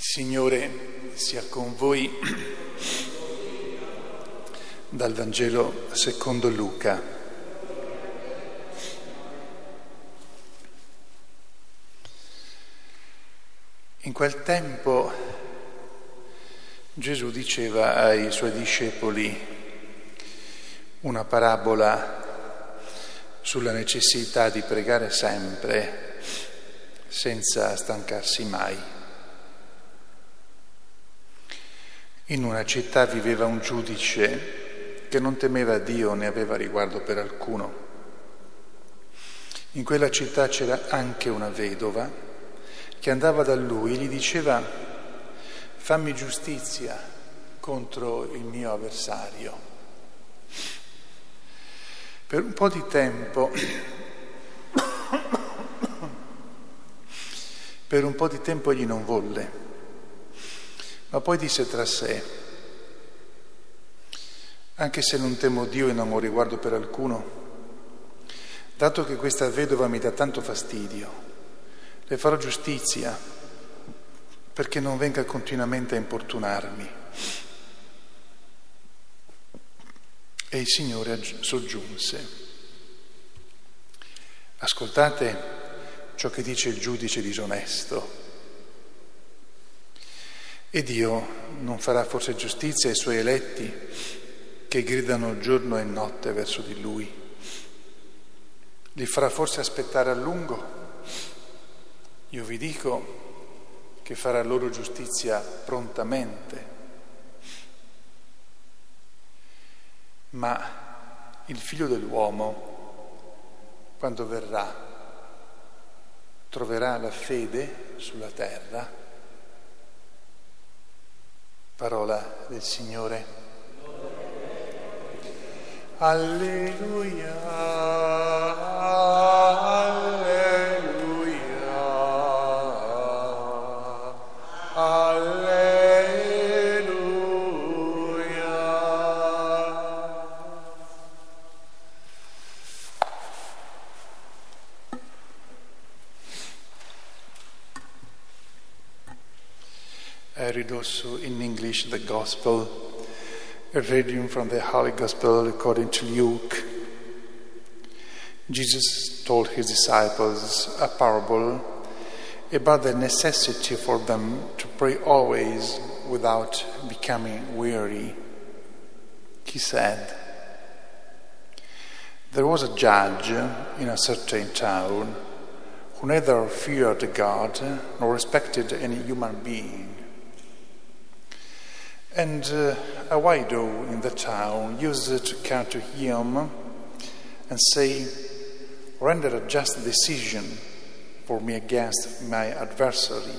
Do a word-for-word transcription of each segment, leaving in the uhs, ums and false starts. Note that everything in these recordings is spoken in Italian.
Signore sia con voi. Dal Vangelo secondo Luca. In quel tempo Gesù diceva ai suoi discepoli una parabola sulla necessità di pregare sempre senza stancarsi mai. In una città viveva un giudice che non temeva Dio né aveva riguardo per alcuno. In quella città c'era anche una vedova che andava da lui e gli diceva: fammi giustizia contro il mio avversario. Per un po' di tempo, per un po' di tempo egli non volle. Ma poi disse tra sé: anche se non temo Dio e non ho riguardo per alcuno, dato che questa vedova mi dà tanto fastidio, le farò giustizia perché non venga continuamente a importunarmi. E il Signore soggiunse: ascoltate ciò che dice il giudice disonesto. E Dio non farà forse giustizia ai suoi eletti che gridano giorno e notte verso di Lui? Li farà forse aspettare a lungo? Io vi dico che farà loro giustizia prontamente. Ma il Figlio dell'uomo, quando verrà, troverà la fede sulla terra? Parola del Signore. Alleluia, alleluia, alleluia. I read also in English the Gospel, a reading from the Holy Gospel according to Luke. Jesus told his disciples a parable about the necessity for them to pray always without becoming weary. He said, there was a judge in a certain town who neither feared God nor respected any human being. And uh, a widow in the town used to come to him and say, render a just decision for me against my adversary.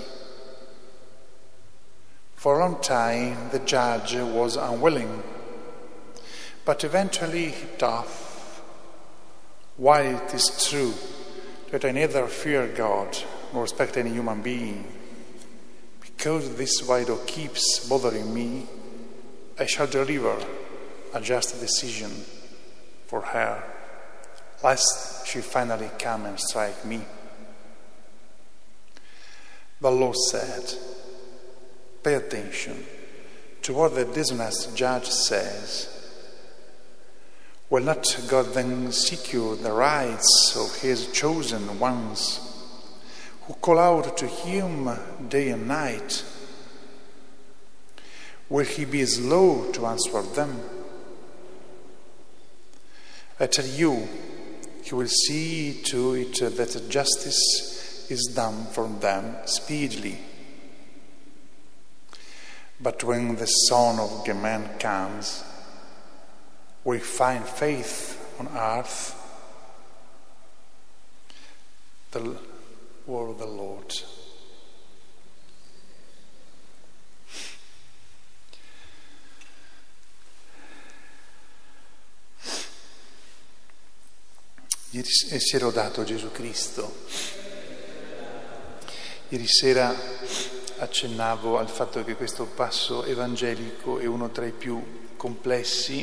For a long time the judge was unwilling, but eventually he thought, while it is true that I neither fear God nor respect any human being, because this widow keeps bothering me, I shall deliver a just decision for her, lest she finally come and strike me. The Lord said, pay attention to what the dishonest judge says. Will not God then secure the rights of his chosen ones, who call out to him day and night? Will he be slow to answer them? I tell you, he will see to it that justice is done for them speedily. But when the Son of Man comes, will he find faith on earth? The word of the Lord. Ieri sera ho dato Gesù Cristo. Ieri sera accennavo al fatto che questo passo evangelico è uno tra i più complessi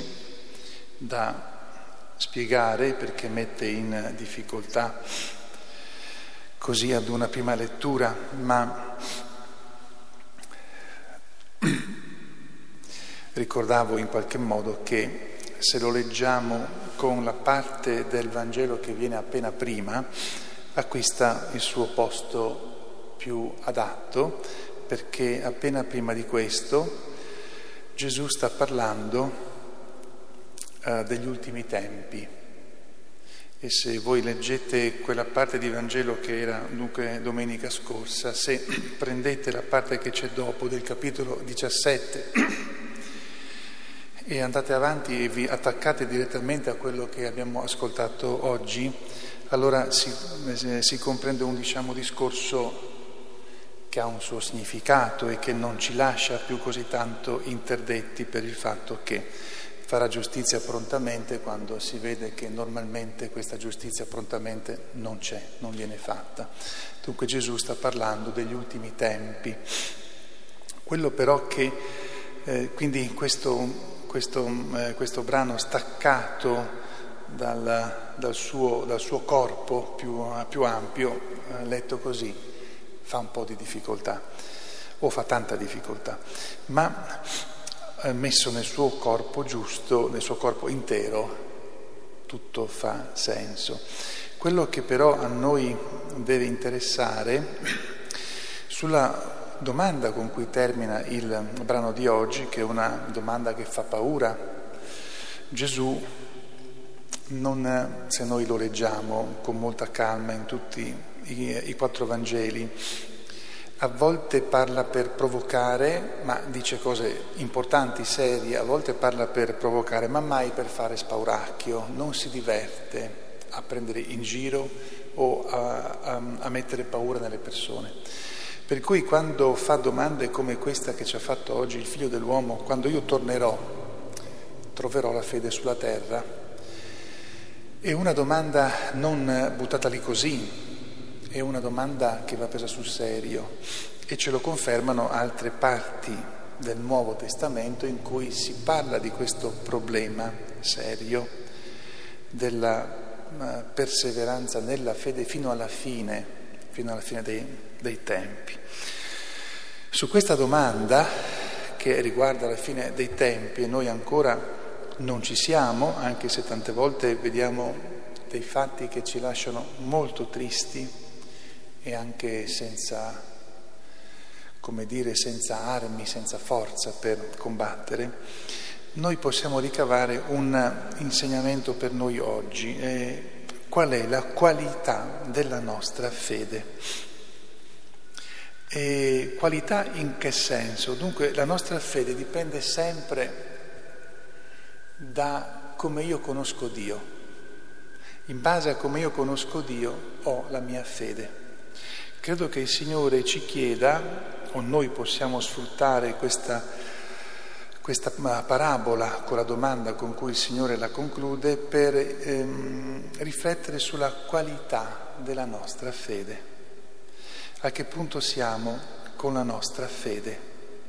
da spiegare perché mette in difficoltà così ad una prima lettura, ma Ricordavo in qualche modo che se lo leggiamo con la parte del Vangelo che viene appena prima, acquista il suo posto più adatto, perché appena prima di questo Gesù sta parlando eh, degli ultimi tempi. E se voi leggete quella parte di Vangelo che era dunque domenica scorsa, se prendete la parte che c'è dopo del capitolo diciassette e andate avanti e vi attaccate direttamente a quello che abbiamo ascoltato oggi, allora si, si comprende un diciamo discorso che ha un suo significato e che non ci lascia più così tanto interdetti per il fatto che farà giustizia prontamente quando si vede che normalmente questa giustizia prontamente non c'è, non viene fatta. Dunque Gesù sta parlando degli ultimi tempi. Quello però che, eh, quindi questo, questo, eh, questo brano staccato dal, dal, suo, dal suo corpo più, più ampio, eh, letto così, fa un po' di difficoltà, o fa tanta difficoltà, ma messo nel suo corpo giusto, nel suo corpo intero, tutto fa senso. Quello che però a noi deve interessare, sulla domanda con cui termina il brano di oggi, che è una domanda che fa paura, Gesù, non, se noi lo leggiamo con molta calma in tutti i, i quattro Vangeli, a volte parla per provocare, ma dice cose importanti, serie, a volte parla per provocare, ma mai per fare spauracchio, non si diverte a prendere in giro o a, a, a mettere paura nelle persone. Per cui quando fa domande come questa che ci ha fatto oggi il Figlio dell'uomo, quando io tornerò, troverò la fede sulla terra, è una domanda non buttata lì così, è una domanda che va presa sul serio e ce lo confermano altre parti del Nuovo Testamento in cui si parla di questo problema serio della perseveranza nella fede fino alla fine, fino alla fine dei, dei tempi. Su questa domanda che riguarda la fine dei tempi, e noi ancora non ci siamo, anche se tante volte vediamo dei fatti che ci lasciano molto tristi e anche senza, come dire, senza armi, senza forza per combattere, noi possiamo ricavare un insegnamento per noi oggi. Eh, qual è la qualità della nostra fede? E qualità in che senso? Dunque la nostra fede dipende sempre da come io conosco Dio. In base a come io conosco Dio ho la mia fede. Credo che il Signore ci chieda, o noi possiamo sfruttare questa, questa parabola con la domanda con cui il Signore la conclude, per ehm, riflettere sulla qualità della nostra fede. A che punto siamo con la nostra fede?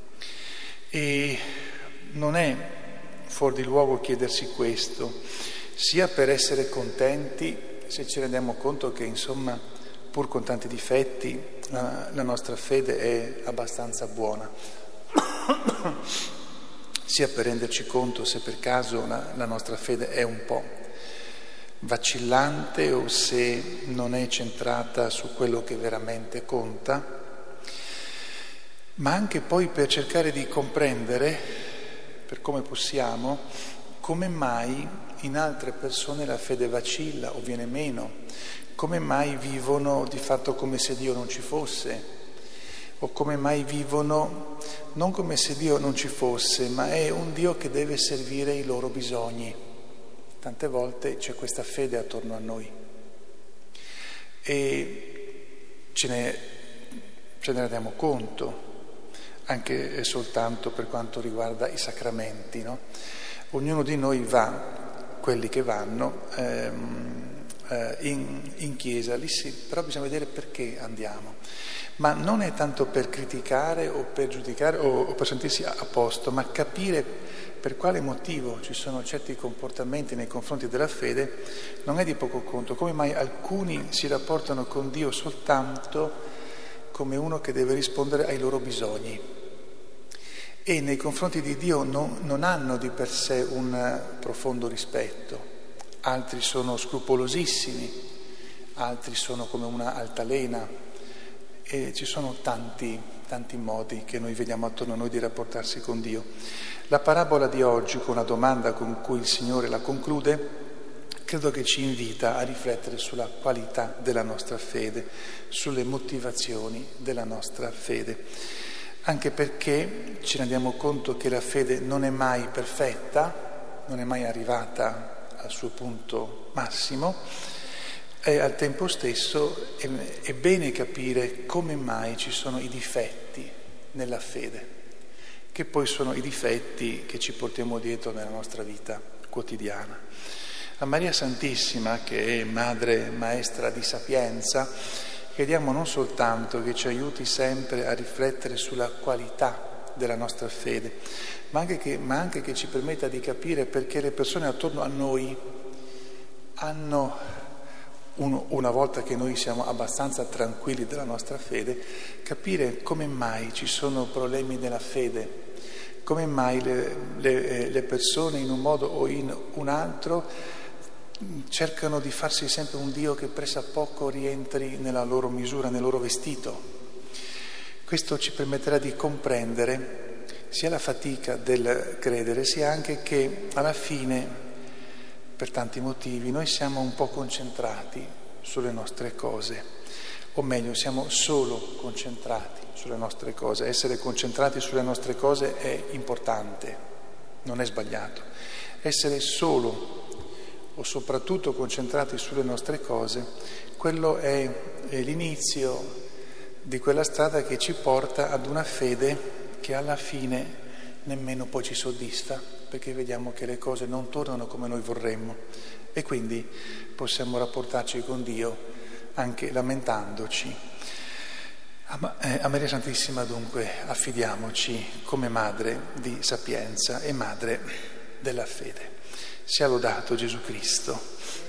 E non è fuori di luogo chiedersi questo, sia per essere contenti se ci rendiamo conto che, insomma, pur con tanti difetti, la, la nostra fede è abbastanza buona, sia per renderci conto se per caso la, la nostra fede è un po' vacillante o se non è centrata su quello che veramente conta, ma anche poi per cercare di comprendere, per come possiamo, come mai in altre persone la fede vacilla o viene meno, come mai vivono di fatto come se Dio non ci fosse, o come mai vivono non come se Dio non ci fosse, ma è un Dio che deve servire i loro bisogni. Tante volte c'è questa fede attorno a noi e ce ne, ce ne rendiamo conto, anche soltanto per quanto riguarda i sacramenti, no? Ognuno di noi va, quelli che vanno, ehm, In, in chiesa, lì sì, però bisogna vedere perché andiamo, ma non è tanto per criticare o per giudicare o, o per sentirsi a, a posto, ma capire per quale motivo ci sono certi comportamenti nei confronti della fede non è di poco conto. Come mai alcuni si rapportano con Dio soltanto come uno che deve rispondere ai loro bisogni e nei confronti di Dio non, non hanno di per sé un profondo rispetto. Altri sono scrupolosissimi, altri sono come una altalena, e ci sono tanti, tanti modi che noi vediamo attorno a noi di rapportarsi con Dio. La parabola di oggi, con la domanda con cui il Signore la conclude, credo che ci invita a riflettere sulla qualità della nostra fede, sulle motivazioni della nostra fede, anche perché ci rendiamo conto che la fede non è mai perfetta, non è mai arrivata al suo punto massimo, e al tempo stesso è, è bene capire come mai ci sono i difetti nella fede, che poi sono i difetti che ci portiamo dietro nella nostra vita quotidiana. A Maria Santissima, che è Madre Maestra di Sapienza, chiediamo non soltanto che ci aiuti sempre a riflettere sulla qualità della nostra fede, ma anche che, ma anche che ci permetta di capire perché le persone attorno a noi hanno, uno, una volta che noi siamo abbastanza tranquilli della nostra fede, capire come mai ci sono problemi nella fede, come mai le, le, le persone in un modo o in un altro cercano di farsi sempre un Dio che pressappoco rientri nella loro misura, nel loro vestito. Questo ci permetterà di comprendere sia la fatica del credere, sia anche che alla fine, per tanti motivi, noi siamo un po' concentrati sulle nostre cose, o meglio, siamo solo concentrati sulle nostre cose. Essere concentrati sulle nostre cose è importante, non è sbagliato. Essere solo o soprattutto concentrati sulle nostre cose, quello è, è l'inizio di quella strada che ci porta ad una fede che alla fine nemmeno poi ci soddisfa, perché vediamo che le cose non tornano come noi vorremmo e quindi possiamo rapportarci con Dio anche lamentandoci. A, eh, a Maria Santissima dunque affidiamoci come Madre di Sapienza e Madre della fede. Sia lodato Gesù Cristo.